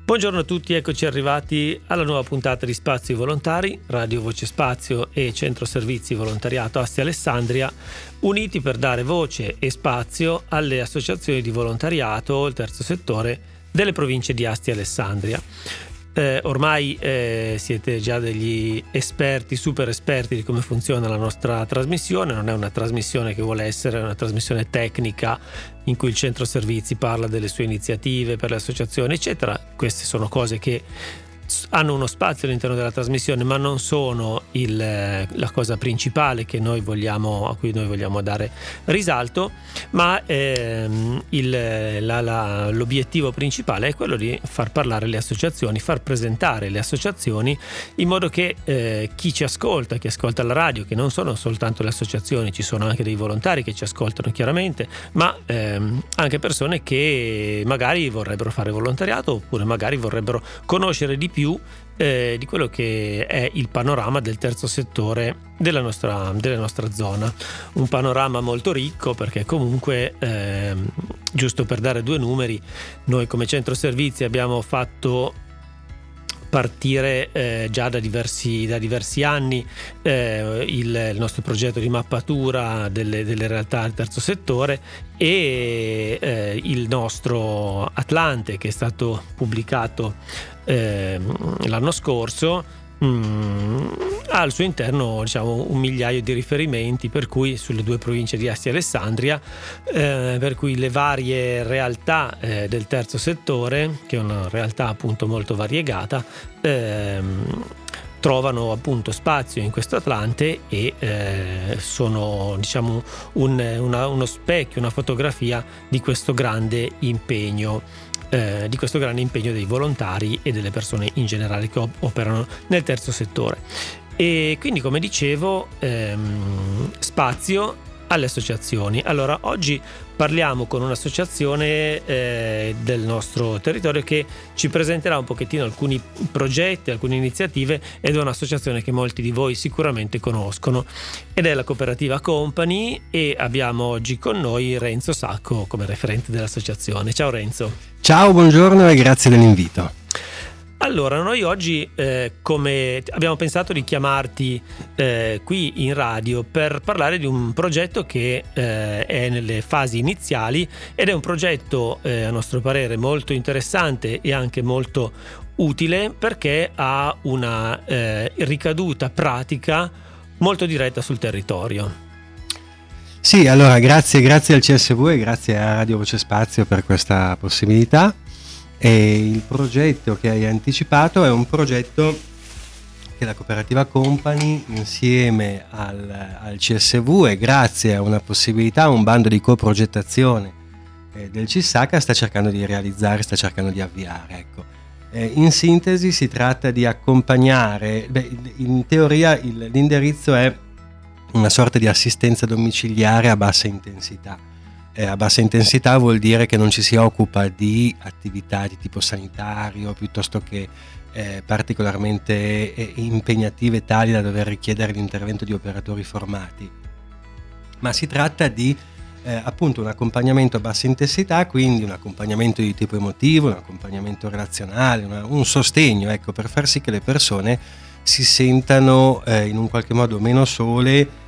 Buongiorno a tutti, eccoci arrivati alla nuova puntata di Spazio Volontari, Radio Voce Spazio e Centro Servizi Volontariato Asti Alessandria, uniti per dare voce e spazio alle associazioni di volontariato, il terzo settore, delle province di Asti e Alessandria. Ormai siete già degli esperti, super esperti di come funziona la nostra trasmissione. Non è una trasmissione che vuole essere una trasmissione tecnica in cui il centro servizi parla delle sue iniziative per le associazioni eccetera. Queste sono cose che hanno uno spazio all'interno della trasmissione, ma non sono la cosa principale a cui noi vogliamo dare risalto, ma l'obiettivo principale è quello di far parlare le associazioni, far presentare le associazioni, in modo che chi ascolta la radio, che non sono soltanto le associazioni, ci sono anche dei volontari che ci ascoltano chiaramente, ma anche persone che magari vorrebbero fare volontariato oppure magari vorrebbero conoscere di più di quello che è il panorama del terzo settore della nostra zona. Un panorama molto ricco, perché comunque giusto per dare due numeri, noi come centro servizi abbiamo fatto partire già da diversi anni il nostro progetto di mappatura delle realtà del terzo settore e il nostro Atlante, che è stato pubblicato l'anno scorso, ha al suo interno un migliaio di riferimenti, per cui sulle due province di Asti e Alessandria, per cui le varie realtà del terzo settore, che è una realtà appunto molto variegata, trovano appunto spazio in questo Atlante e sono uno specchio, una fotografia di questo grande impegno dei volontari e delle persone in generale che operano nel terzo settore. E quindi, come dicevo, spazio alle associazioni. Allora, oggi parliamo con un'associazione del nostro territorio che ci presenterà un pochettino alcuni progetti, alcune iniziative, ed è un'associazione che molti di voi sicuramente conoscono, ed è la Cooperativa Company, e abbiamo oggi con noi Renzo Sacco come referente dell'associazione. Ciao Renzo. Ciao, buongiorno e grazie dell'invito. Allora, noi oggi come abbiamo pensato di chiamarti qui in radio per parlare di un progetto che è nelle fasi iniziali, ed è un progetto a nostro parere molto interessante e anche molto utile, perché ha una ricaduta pratica molto diretta sul territorio. Sì, allora grazie al CSV e grazie a Radio Voce Spazio per questa possibilità. E il progetto che hai anticipato è un progetto che la Cooperativa Company, insieme al CSV e grazie a una possibilità, un bando di coprogettazione del CISACA, sta cercando di realizzare, sta cercando di avviare. Ecco. In sintesi si tratta di accompagnare, in teoria l'indirizzo è una sorta di assistenza domiciliare a bassa intensità. A bassa intensità vuol dire che non ci si occupa di attività di tipo sanitario, piuttosto che particolarmente impegnative, tali da dover richiedere l'intervento di operatori formati, ma si tratta di appunto un accompagnamento a bassa intensità, quindi un accompagnamento di tipo emotivo, un accompagnamento relazionale, un sostegno, ecco, per far sì che le persone si sentano in un qualche modo meno sole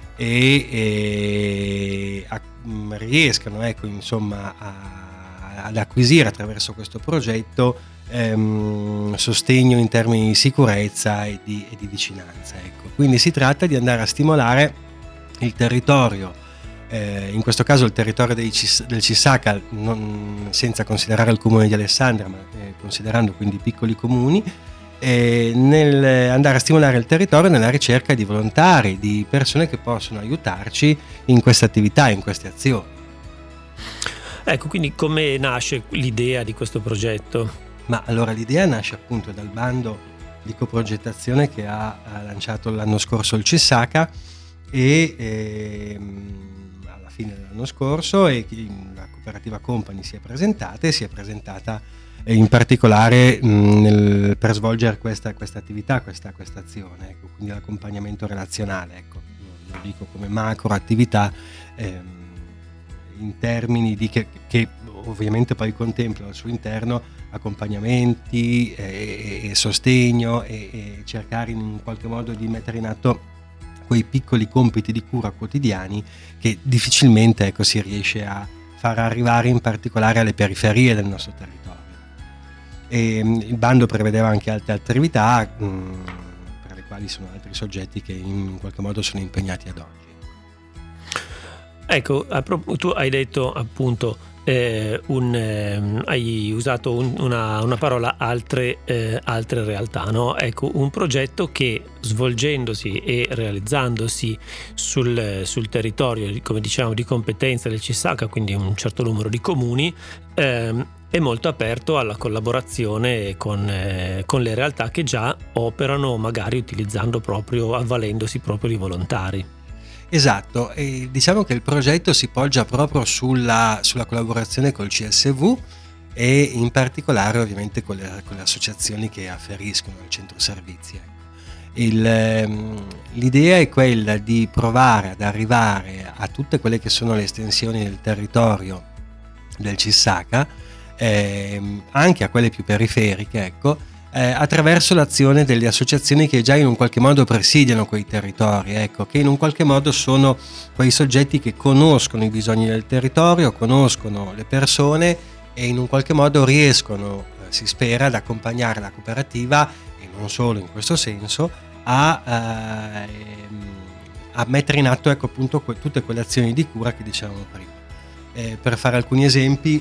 e riescano, ecco, insomma, ad acquisire attraverso questo progetto sostegno in termini di sicurezza e di vicinanza. Ecco. Quindi si tratta di andare a stimolare il territorio, in questo caso il territorio del CISACA, senza considerare il comune di Alessandria, ma considerando quindi i piccoli comuni, andare a stimolare il territorio nella ricerca di volontari, di persone che possono aiutarci in queste attività, in queste azioni. Ecco, quindi come nasce l'idea di questo progetto? Ma allora l'idea nasce appunto dal bando di coprogettazione che ha lanciato l'anno scorso il CISACA alla fine dell'anno scorso, e la Cooperativa Company si è presentata in particolare per svolgere questa attività, questa azione, ecco, quindi l'accompagnamento relazionale, ecco, lo dico come macro attività in termini di che ovviamente poi contempla al suo interno accompagnamenti e sostegno e cercare in qualche modo di mettere in atto quei piccoli compiti di cura quotidiani che difficilmente si riesce a far arrivare in particolare alle periferie del nostro territorio. E il bando prevedeva anche altre attività per le quali sono altri soggetti che in qualche modo sono impegnati ad oggi. Ecco, tu hai detto appunto hai usato una parola altre realtà, no? Ecco, un progetto che svolgendosi e realizzandosi sul territorio, come diciamo, di competenza del CISACA, quindi un certo numero di comuni, è molto aperto alla collaborazione con le realtà che già operano, magari utilizzando proprio, avvalendosi proprio di volontari. Esatto, e diciamo che il progetto si poggia proprio sulla collaborazione col CSV e in particolare ovviamente con le associazioni che afferiscono al centro servizi. L'idea è quella di provare ad arrivare a tutte quelle che sono le estensioni del territorio del CISACA, anche a quelle più periferiche, attraverso l'azione delle associazioni che già in un qualche modo presidiano quei territori, che in un qualche modo sono quei soggetti che conoscono i bisogni del territorio, conoscono le persone e in un qualche modo riescono, si spera, ad accompagnare la cooperativa, e non solo in questo senso, a mettere in atto appunto tutte quelle azioni di cura che dicevamo prima. Per fare alcuni esempi,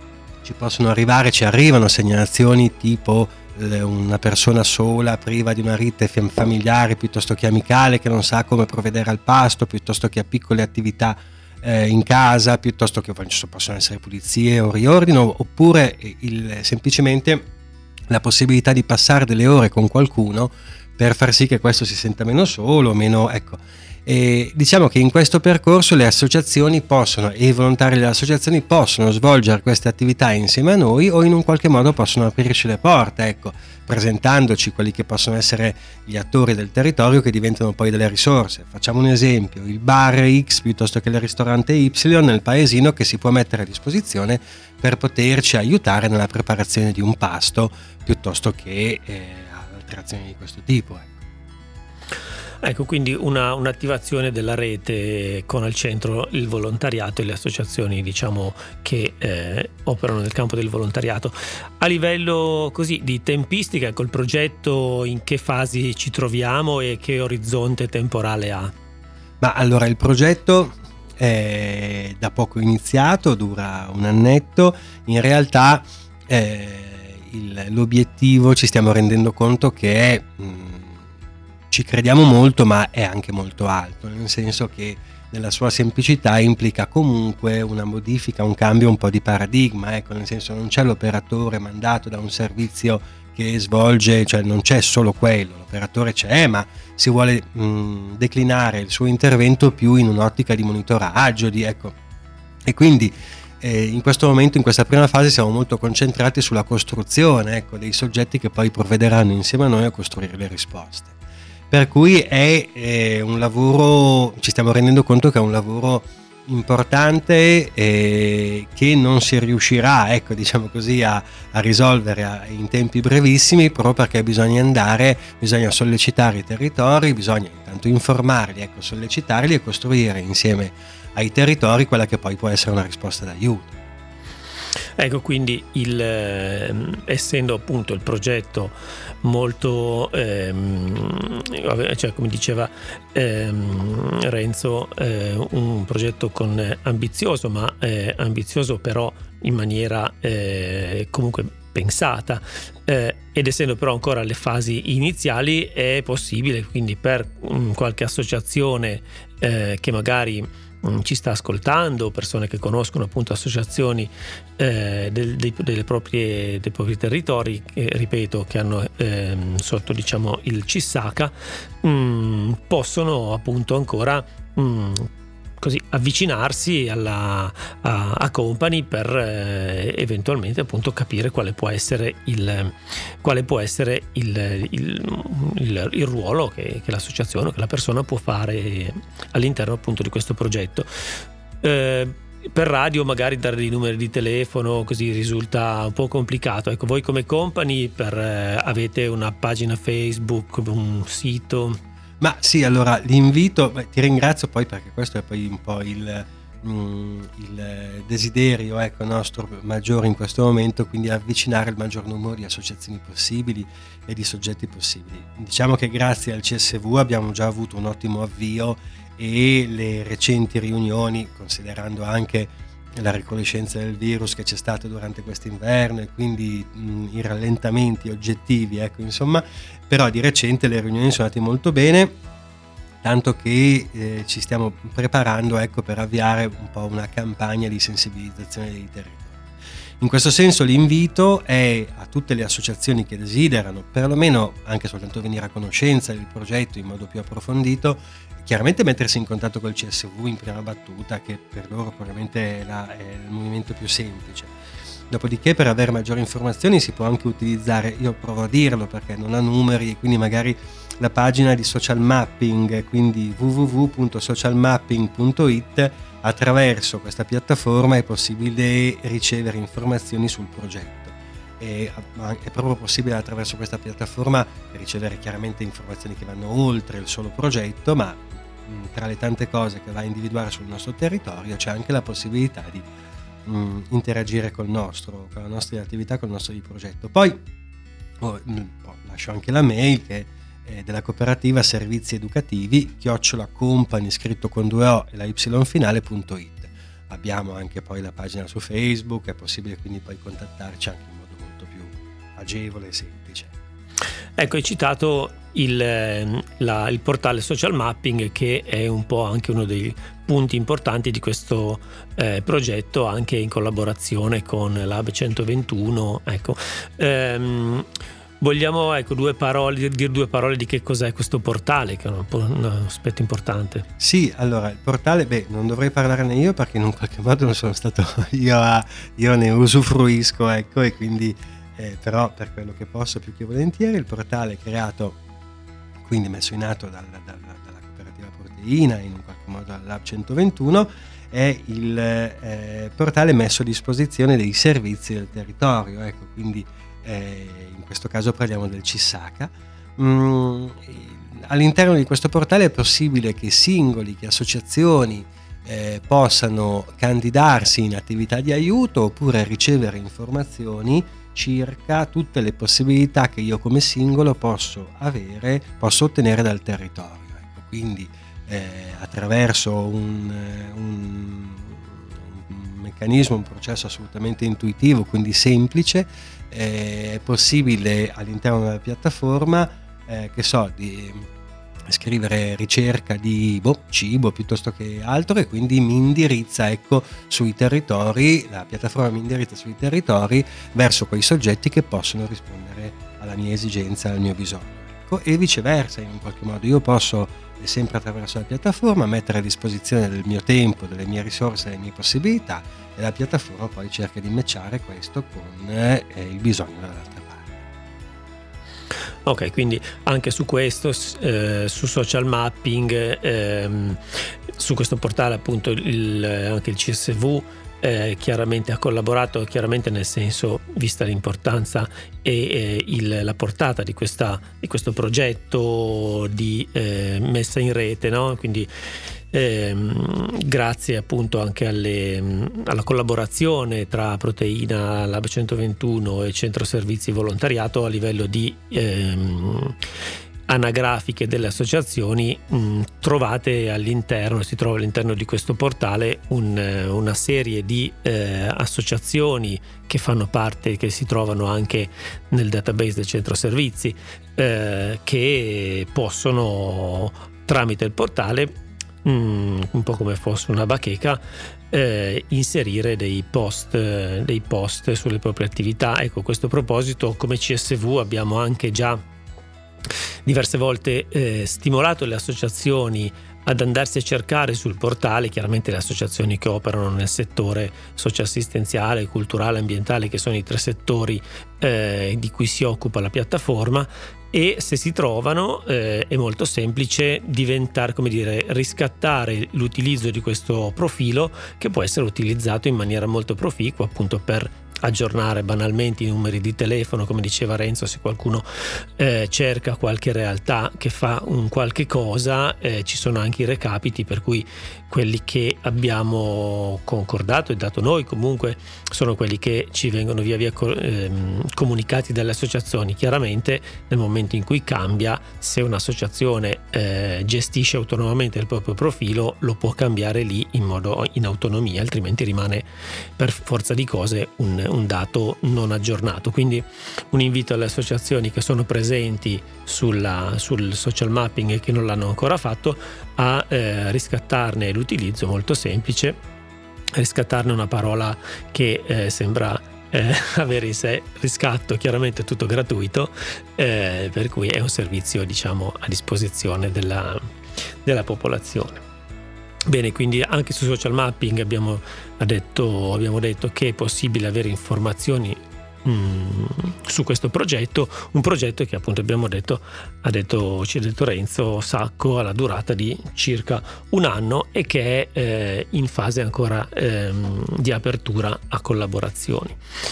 ci arrivano segnalazioni tipo una persona sola priva di una rete familiare piuttosto che amicale, che non sa come provvedere al pasto, piuttosto che a piccole attività in casa, piuttosto che possono essere pulizie o riordino, oppure semplicemente la possibilità di passare delle ore con qualcuno per far sì che questo si senta meno solo, meno E diciamo che in questo percorso le associazioni e i volontari delle associazioni possono svolgere queste attività insieme a noi, o in un qualche modo possono aprirci le porte, presentandoci quelli che possono essere gli attori del territorio che diventano poi delle risorse. Facciamo un esempio: il bar X piuttosto che il ristorante Y nel paesino, che si può mettere a disposizione per poterci aiutare nella preparazione di un pasto piuttosto che altre azioni di questo tipo. Ecco, quindi un'attivazione della rete con al centro il volontariato e le associazioni, diciamo, che operano nel campo del volontariato. A livello così di tempistica, col progetto in che fasi ci troviamo e che orizzonte temporale ha? Ma allora, il progetto è da poco iniziato, dura un annetto. In realtà l'obiettivo, ci stiamo rendendo conto che è ci crediamo molto, ma è anche molto alto, nel senso che nella sua semplicità implica comunque una modifica, un cambio un po' di paradigma, nel senso, non c'è l'operatore mandato da un servizio che svolge, cioè non c'è solo quello, l'operatore c'è, ma si vuole declinare il suo intervento più in un'ottica di monitoraggio, e quindi in questo momento, in questa prima fase, siamo molto concentrati sulla costruzione dei soggetti che poi provvederanno insieme a noi a costruire le risposte. Per cui è un lavoro, ci stiamo rendendo conto che è un lavoro importante che non si riuscirà, diciamo così, a risolvere in tempi brevissimi, proprio perché bisogna sollecitare i territori, bisogna intanto informarli, sollecitarli e costruire insieme ai territori quella che poi può essere una risposta d'aiuto. Quindi essendo appunto il progetto molto, come diceva Renzo, un progetto ambizioso, ma ambizioso però in maniera comunque pensata, ed essendo però ancora alle fasi iniziali, è possibile quindi per qualche associazione che magari ci sta ascoltando, persone che conoscono appunto associazioni dei propri territori, ripeto, che hanno sotto, diciamo, il CISACA, possono appunto ancora così avvicinarsi a Company per eventualmente appunto capire quale può essere il ruolo che l'associazione o che la persona può fare all'interno appunto di questo progetto. per radio magari dare dei numeri di telefono così risulta un po' complicato. Ecco, voi come company avete una pagina Facebook, un sito? Ma sì, allora l'invito, ti ringrazio poi, perché questo è poi un po' il desiderio, ecco, nostro maggiore in questo momento, quindi avvicinare il maggior numero di associazioni possibili e di soggetti possibili. Diciamo che grazie al CSV abbiamo già avuto un ottimo avvio, e le recenti riunioni, considerando anche la recrudescenza del virus che c'è stato durante quest'inverno e quindi i rallentamenti oggettivi, ecco, insomma, però di recente le riunioni sono andate molto bene, tanto che ci stiamo preparando, ecco, per avviare un po' una campagna di sensibilizzazione dei territori. In questo senso l'invito è a tutte le associazioni che desiderano perlomeno anche soltanto venire a conoscenza del progetto in modo più approfondito, chiaramente mettersi in contatto col CSV in prima battuta, che per loro probabilmente è il movimento più semplice. Dopodiché, per avere maggiori informazioni si può anche utilizzare, io provo a dirlo perché non ha numeri, e quindi magari la pagina di social mapping, quindi www.socialmapping.it. Attraverso questa piattaforma è possibile ricevere informazioni sul progetto. È proprio possibile attraverso questa piattaforma ricevere chiaramente informazioni che vanno oltre il solo progetto, ma tra le tante cose che va a individuare sul nostro territorio c'è anche la possibilità di interagire con la nostra attività, con il nostro progetto. Poi lascio anche la mail che è della cooperativa servizi educativi @company scritto con 2 O e la Y finale.it. Abbiamo anche poi la pagina su Facebook, è possibile quindi poi contattarci anche in modo molto più agevole e semplice. Ecco, hai citato il portale Social Mapping, che è un po' anche uno dei punti importanti di questo progetto, anche in collaborazione con Lab 121. Ecco, vogliamo dire due parole di che cos'è questo portale, che è un aspetto importante. Sì, allora il portale, non dovrei parlarne io perché in un qualche modo non sono stato io ne usufruisco, ecco, e quindi però per quello che posso più che volentieri. Il portale creato, quindi messo in atto dalla cooperativa Proteina, in un qualche modo dal Lab 121, è il portale messo a disposizione dei servizi del territorio, ecco, quindi in questo caso parliamo del CISACA. All'interno di questo portale è possibile che singoli, che associazioni possano candidarsi in attività di aiuto oppure ricevere informazioni circa tutte le possibilità che io come singolo posso ottenere dal territorio. Ecco, quindi attraverso un meccanismo, un processo assolutamente intuitivo, quindi semplice, è possibile all'interno della piattaforma di scrivere ricerca di cibo piuttosto che altro, e quindi mi indirizza, ecco, sui territori, la piattaforma mi indirizza sui territori verso quei soggetti che possono rispondere alla mia esigenza, al mio bisogno, ecco, e viceversa. In un qualche modo io posso, sempre attraverso la piattaforma, mettere a disposizione del mio tempo, delle mie risorse, delle mie possibilità, e la piattaforma poi cerca di matchare questo con il bisogno dall'altra parte. Ok, quindi anche su questo, su Social Mapping, su questo portale appunto anche il CSV chiaramente ha collaborato, chiaramente, nel senso, vista l'importanza e la portata di questo progetto di messa in rete, no? Quindi grazie appunto anche alla collaborazione tra Proteina, Lab 121 e Centro Servizi Volontariato a livello di anagrafiche delle associazioni, si trova all'interno di questo portale una serie di associazioni che fanno parte, che si trovano anche nel database del Centro Servizi, che possono, tramite il portale, un po' come fosse una bacheca, inserire dei post sulle proprie attività. Ecco, a questo proposito, come CSV abbiamo anche già diverse volte stimolato le associazioni ad andarsi a cercare sul portale chiaramente le associazioni che operano nel settore socioassistenziale, culturale, ambientale, che sono i 3 settori di cui si occupa la piattaforma, e se si trovano è molto semplice diventare, come dire, riscattare l'utilizzo di questo profilo, che può essere utilizzato in maniera molto proficua appunto per aggiornare banalmente i numeri di telefono, come diceva Renzo. Se qualcuno cerca qualche realtà che fa un qualche cosa, ci sono anche i recapiti, per cui quelli che abbiamo concordato e dato noi comunque sono quelli che ci vengono via via comunicati dalle associazioni. Chiaramente nel momento in cui cambia, se un'associazione gestisce autonomamente il proprio profilo, lo può cambiare lì in autonomia, altrimenti rimane per forza di cose un dato non aggiornato. Quindi un invito alle associazioni che sono presenti sul social mapping e che non l'hanno ancora fatto a riscattarne l'utilizzo, molto semplice. Riscattarne una parola che sembra avere in sé riscatto, chiaramente tutto gratuito, per cui è un servizio, diciamo, a disposizione della popolazione. Bene, quindi anche su social mapping abbiamo detto che è possibile avere informazioni su questo progetto, un progetto che appunto ci ha detto Renzo Sacco, ha la durata di circa un anno e che è in fase ancora di apertura a collaborazioni.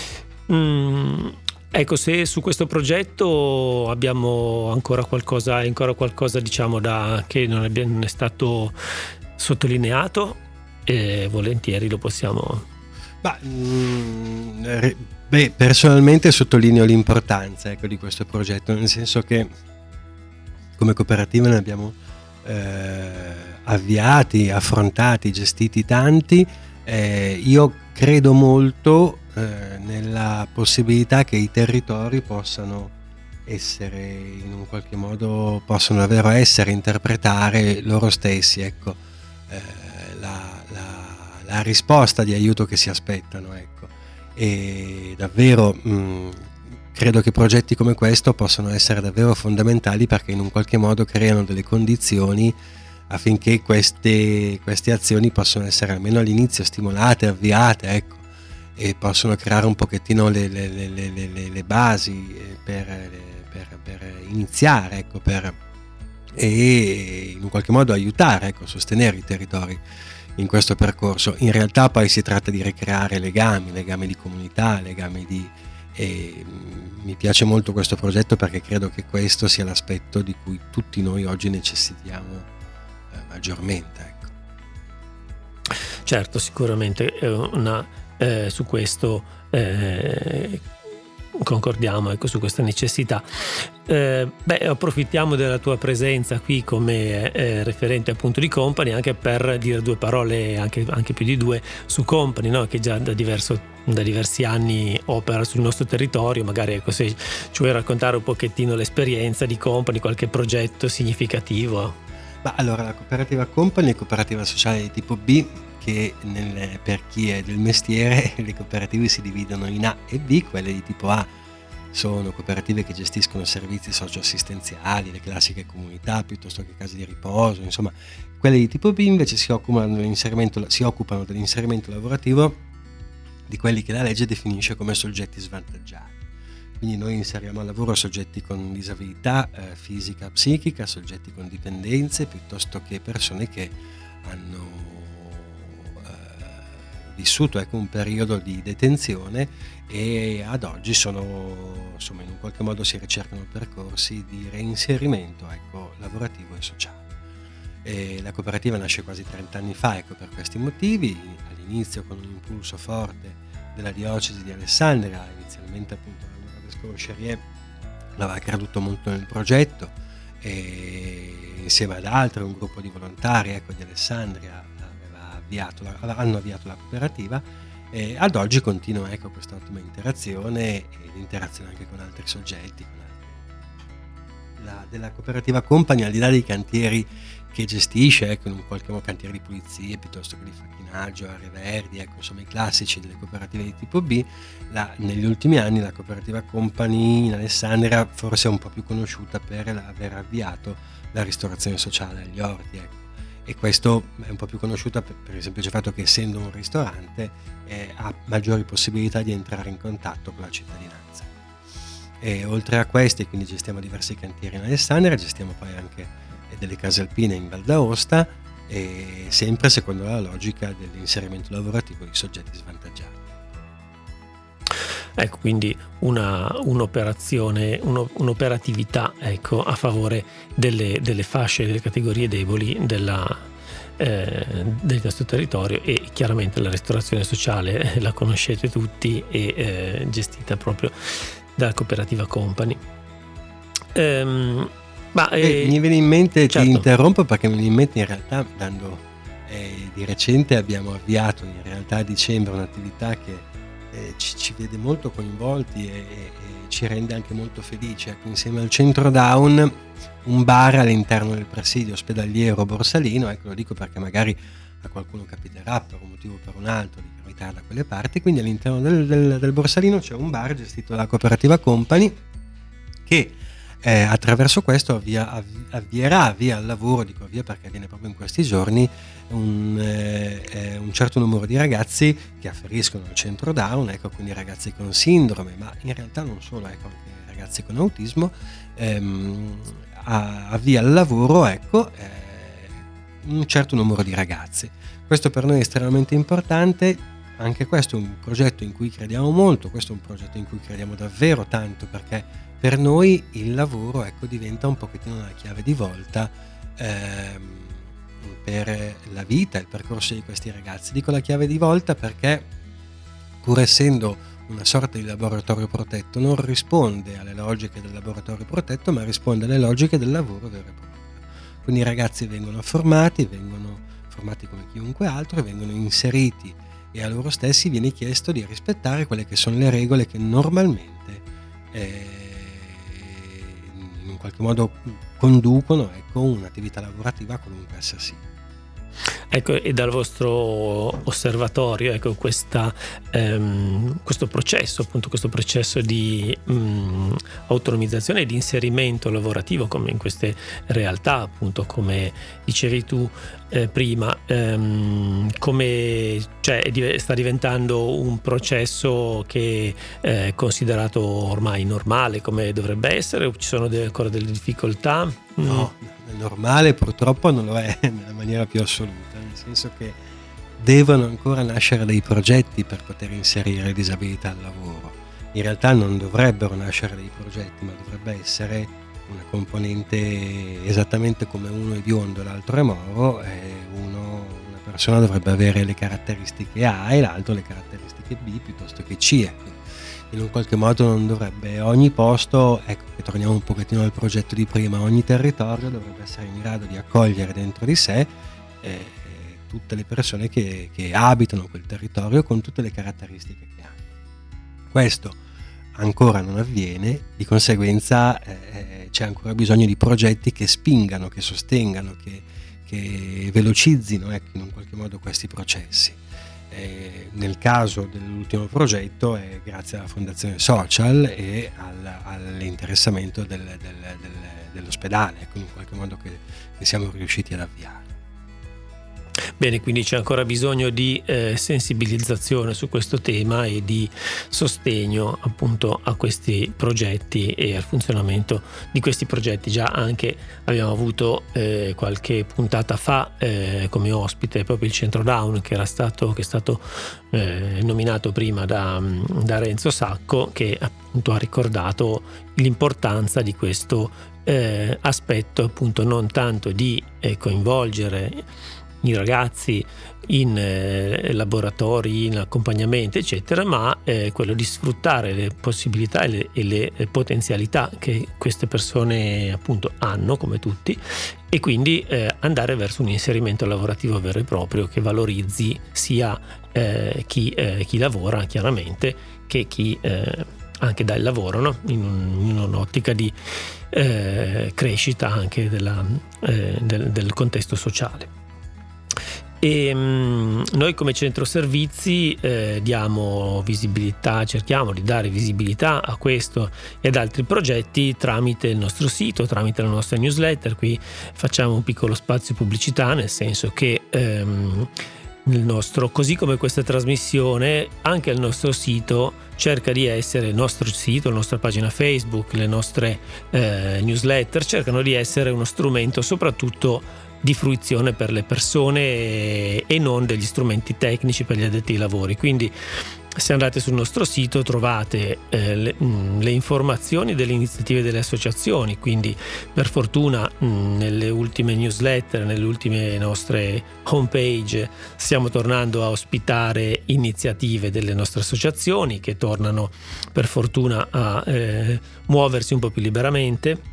Ecco, se su questo progetto abbiamo ancora qualcosa diciamo che non è stato sottolineato, volentieri lo possiamo. Personalmente sottolineo l'importanza, ecco, di questo progetto, nel senso che come cooperativa ne abbiamo avviati, affrontati, gestiti tanti. Io credo molto nella possibilità che i territori possano essere in un qualche modo, possono davvero essere, interpretare loro stessi, ecco, la risposta di aiuto che si aspettano, ecco. E davvero credo che progetti come questo possano essere davvero fondamentali, perché in un qualche modo creano delle condizioni affinché queste azioni possano essere almeno all'inizio stimolate, avviate, ecco, e possono creare un pochettino le basi per iniziare, ecco, e in un qualche modo aiutare, ecco, sostenere i territori in questo percorso. In realtà poi si tratta di ricreare legami di comunità, mi piace molto questo progetto, perché credo che questo sia l'aspetto di cui tutti noi oggi necessitiamo maggiormente, ecco. Certo, sicuramente su questo concordiamo, ecco, su questa necessità. Approfittiamo della tua presenza qui come referente appunto di Company, anche per dire 2 parole, anche più di 2, su Company, no? Che già da diversi anni opera sul nostro territorio. Magari, ecco, se ci vuoi raccontare un pochettino l'esperienza di Company, qualche progetto significativo. Allora, la cooperativa Company è cooperativa sociale di tipo B, che per chi è del mestiere le cooperative si dividono in A e B. Quelle di tipo A sono cooperative che gestiscono servizi socioassistenziali, le classiche comunità piuttosto che case di riposo, insomma. Quelle di tipo B invece si occupano dell'inserimento lavorativo di quelli che la legge definisce come soggetti svantaggiati. Quindi noi inseriamo al lavoro soggetti con disabilità fisica, psichica, soggetti con dipendenze, piuttosto che persone che hanno vissuto, ecco, un periodo di detenzione, e ad oggi sono, insomma, in un qualche modo si ricercano percorsi di reinserimento, ecco, lavorativo e sociale. La cooperativa nasce quasi 30 anni fa, ecco, per questi motivi, all'inizio con un impulso forte della diocesi di Alessandria. Inizialmente appunto l'allora vescovo Chérier aveva creduto molto nel progetto, e insieme ad altri, un gruppo di volontari, ecco, di Alessandria hanno avviato la cooperativa, e ad oggi continua, ecco, questa ottima interazione, e l'interazione anche con altri soggetti, della cooperativa Company, al di là dei cantieri che gestisce, ecco, in un qualche modo cantieri di pulizie piuttosto che di facchinaggio, aree verdi, ecco, insomma i classici delle cooperative di tipo B. Negli ultimi anni la cooperativa Company in Alessandria forse è un po' più conosciuta per aver avviato la ristorazione sociale agli orti, ecco. e questo è un po' più conosciuta per il semplice fatto che, essendo un ristorante, ha maggiori possibilità di entrare in contatto con la cittadinanza. E oltre a questi, quindi gestiamo diversi cantieri in Alessandria, gestiamo poi anche delle case alpine in Val d'Aosta, e sempre secondo la logica dell'inserimento lavorativo di soggetti svantaggiati. Ecco, quindi un'operazione, un'operatività, ecco, a favore delle fasce, delle categorie deboli del nostro territorio, e chiaramente la ristorazione sociale la conoscete tutti, e gestita proprio dalla Cooperativa Company. Mi viene in mente, certo. Ti interrompo perché mi viene in mente, in realtà, di recente abbiamo avviato in realtà a dicembre un'attività che ci vede molto coinvolti e ci rende anche molto felici. Ecco, insieme al Centro Down, un bar all'interno del presidio ospedaliero Borsalino. Ecco, lo dico perché magari a qualcuno capiterà, per un motivo o per un altro, di capitare da quelle parti. Quindi all'interno del Borsalino c'è un bar gestito dalla Cooperativa Company che attraverso questo avvierà via al lavoro, dico via perché viene proprio in questi giorni, un certo numero di ragazzi che afferiscono al Centro Down, ecco, quindi ragazzi con sindrome, ma in realtà non solo, ecco, anche ragazzi con autismo, avvia al lavoro, ecco, un certo numero di ragazzi. Questo per noi è estremamente importante. Anche questo è un progetto in cui crediamo molto, questo è un progetto in cui crediamo davvero tanto, perché per noi il lavoro, ecco, diventa un pochettino la chiave di volta per la vita, il percorso di questi ragazzi. Dico la chiave di volta perché, pur essendo una sorta di laboratorio protetto, non risponde alle logiche del laboratorio protetto, ma risponde alle logiche del lavoro vero e proprio. Quindi i ragazzi vengono formati come chiunque altro, e vengono inseriti, e a loro stessi viene chiesto di rispettare quelle che sono le regole che normalmente in un qualche modo conducono, ecco, un'attività lavorativa qualunque essa sia. Ecco, e dal vostro osservatorio, ecco, questo processo di autonomizzazione e di inserimento lavorativo, come in queste realtà, appunto, come dicevi tu prima, come, cioè, sta diventando un processo che è considerato ormai normale, come dovrebbe essere, o ci sono ancora delle difficoltà? No, è normale, purtroppo non lo è nella maniera più assoluta, nel senso che devono ancora nascere dei progetti per poter inserire le disabilità al lavoro. In realtà non dovrebbero nascere dei progetti, ma dovrebbe essere una componente, esattamente come uno è biondo e l'altro è moro, una persona dovrebbe avere le caratteristiche A e l'altro le caratteristiche B piuttosto che C. Ecco. In un qualche modo non dovrebbe, ogni posto, ecco che torniamo un pochettino al progetto di prima, ogni territorio dovrebbe essere in grado di accogliere dentro di sé tutte le persone che abitano quel territorio con tutte le caratteristiche che hanno. Questo ancora non avviene, di conseguenza c'è ancora bisogno di progetti che spingano, che sostengano, che velocizzino, ecco, in un qualche modo questi processi. Nel caso dell'ultimo progetto è grazie alla Fondazione Social e all'interessamento dell'ospedale, ecco, in qualche modo che siamo riusciti ad avviare. Bene, quindi c'è ancora bisogno di sensibilizzazione su questo tema e di sostegno, appunto, a questi progetti e al funzionamento di questi progetti. Già anche abbiamo avuto qualche puntata fa come ospite proprio il Centro Down, che è stato nominato prima da Renzo Sacco, che appunto ha ricordato l'importanza di questo aspetto, appunto, non tanto di coinvolgere i ragazzi in laboratori, in accompagnamento, eccetera, ma quello di sfruttare le possibilità e le potenzialità che queste persone, appunto, hanno, come tutti, e quindi andare verso un inserimento lavorativo vero e proprio che valorizzi sia chi lavora, chiaramente, che chi anche dà il lavoro, no? in un'ottica di crescita anche del contesto sociale. E noi come centro servizi diamo visibilità, cerchiamo di dare visibilità a questo e ad altri progetti tramite il nostro sito, tramite la nostra newsletter. Qui facciamo un piccolo spazio pubblicità, nel senso che il nostro, così come questa trasmissione, anche il nostro sito cerca di essere, il nostro sito, la nostra pagina Facebook, le nostre newsletter cercano di essere uno strumento soprattutto di fruizione per le persone e non degli strumenti tecnici per gli addetti ai lavori. Quindi se andate sul nostro sito trovate le informazioni delle iniziative delle associazioni, quindi per fortuna nelle ultime newsletter, nelle ultime nostre homepage stiamo tornando a ospitare iniziative delle nostre associazioni che tornano per fortuna a muoversi un po' più liberamente.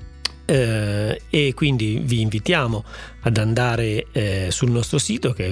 E quindi vi invitiamo ad andare sul nostro sito, che è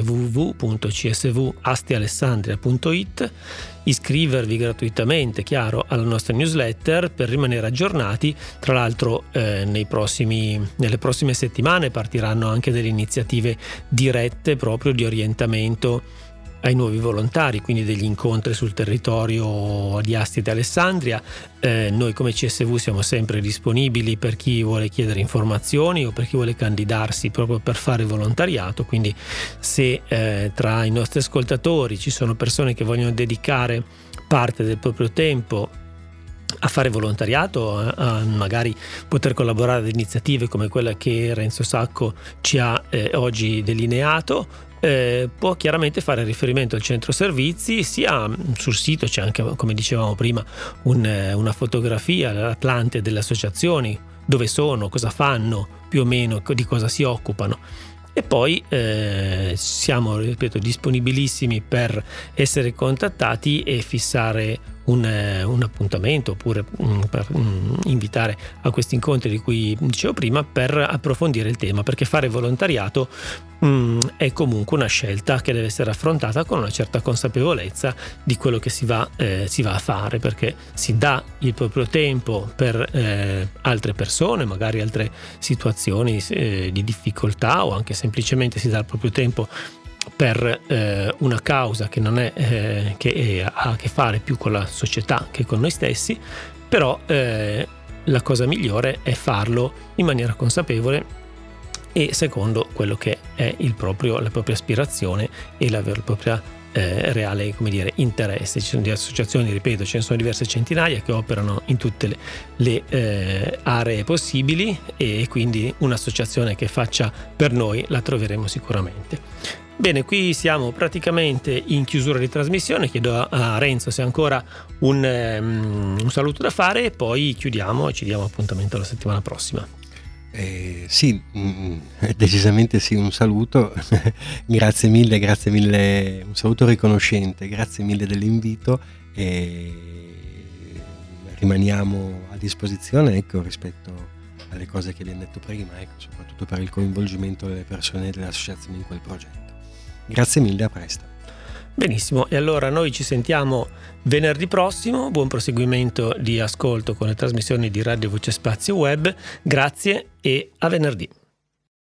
www.csvastialessandria.it, iscrivervi gratuitamente, chiaro, alla nostra newsletter per rimanere aggiornati. Tra l'altro nelle prossime settimane partiranno anche delle iniziative dirette proprio di orientamento ai nuovi volontari, quindi degli incontri sul territorio di Asti ed Alessandria. Noi come CSV siamo sempre disponibili per chi vuole chiedere informazioni o per chi vuole candidarsi proprio per fare volontariato, quindi se tra i nostri ascoltatori ci sono persone che vogliono dedicare parte del proprio tempo a fare volontariato, a magari poter collaborare ad iniziative come quella che Renzo Sacco ci ha oggi delineato, può chiaramente fare riferimento al centro servizi. Sia sul sito c'è anche, come dicevamo prima, una fotografia, l'Atlante delle associazioni, dove sono, cosa fanno, più o meno di cosa si occupano. E poi siamo, ripeto, disponibilissimi per essere contattati e fissare un appuntamento, oppure per invitare a questi incontri di cui dicevo prima, per approfondire il tema, perché fare volontariato è comunque una scelta che deve essere affrontata con una certa consapevolezza di quello che si va a fare, perché si dà il proprio tempo per altre persone, magari altre situazioni di difficoltà, o anche semplicemente si dà il proprio tempo per una causa che non è che ha a che fare più con la società che con noi stessi. Però la cosa migliore è farlo in maniera consapevole e secondo quello che è la propria aspirazione e la vera e propria reale, come dire, interesse. Ci sono di associazioni, ripeto, ce ne sono diverse centinaia che operano in tutte le aree possibili, e quindi un'associazione che faccia per noi la troveremo sicuramente. Bene, qui siamo praticamente in chiusura di trasmissione. Chiedo a Renzo se ha ancora un saluto da fare e poi chiudiamo e ci diamo appuntamento la settimana prossima. Sì, decisamente sì, un saluto. grazie mille, un saluto riconoscente, grazie mille dell'invito, e rimaniamo a disposizione, ecco, rispetto alle cose che abbiamo detto prima, ecco, soprattutto per il coinvolgimento delle persone e delle associazioni in quel progetto. Grazie mille, a presto. Benissimo, e allora noi ci sentiamo venerdì prossimo. Buon proseguimento di ascolto con le trasmissioni di Radio Voce Spazio Web. Grazie e a venerdì.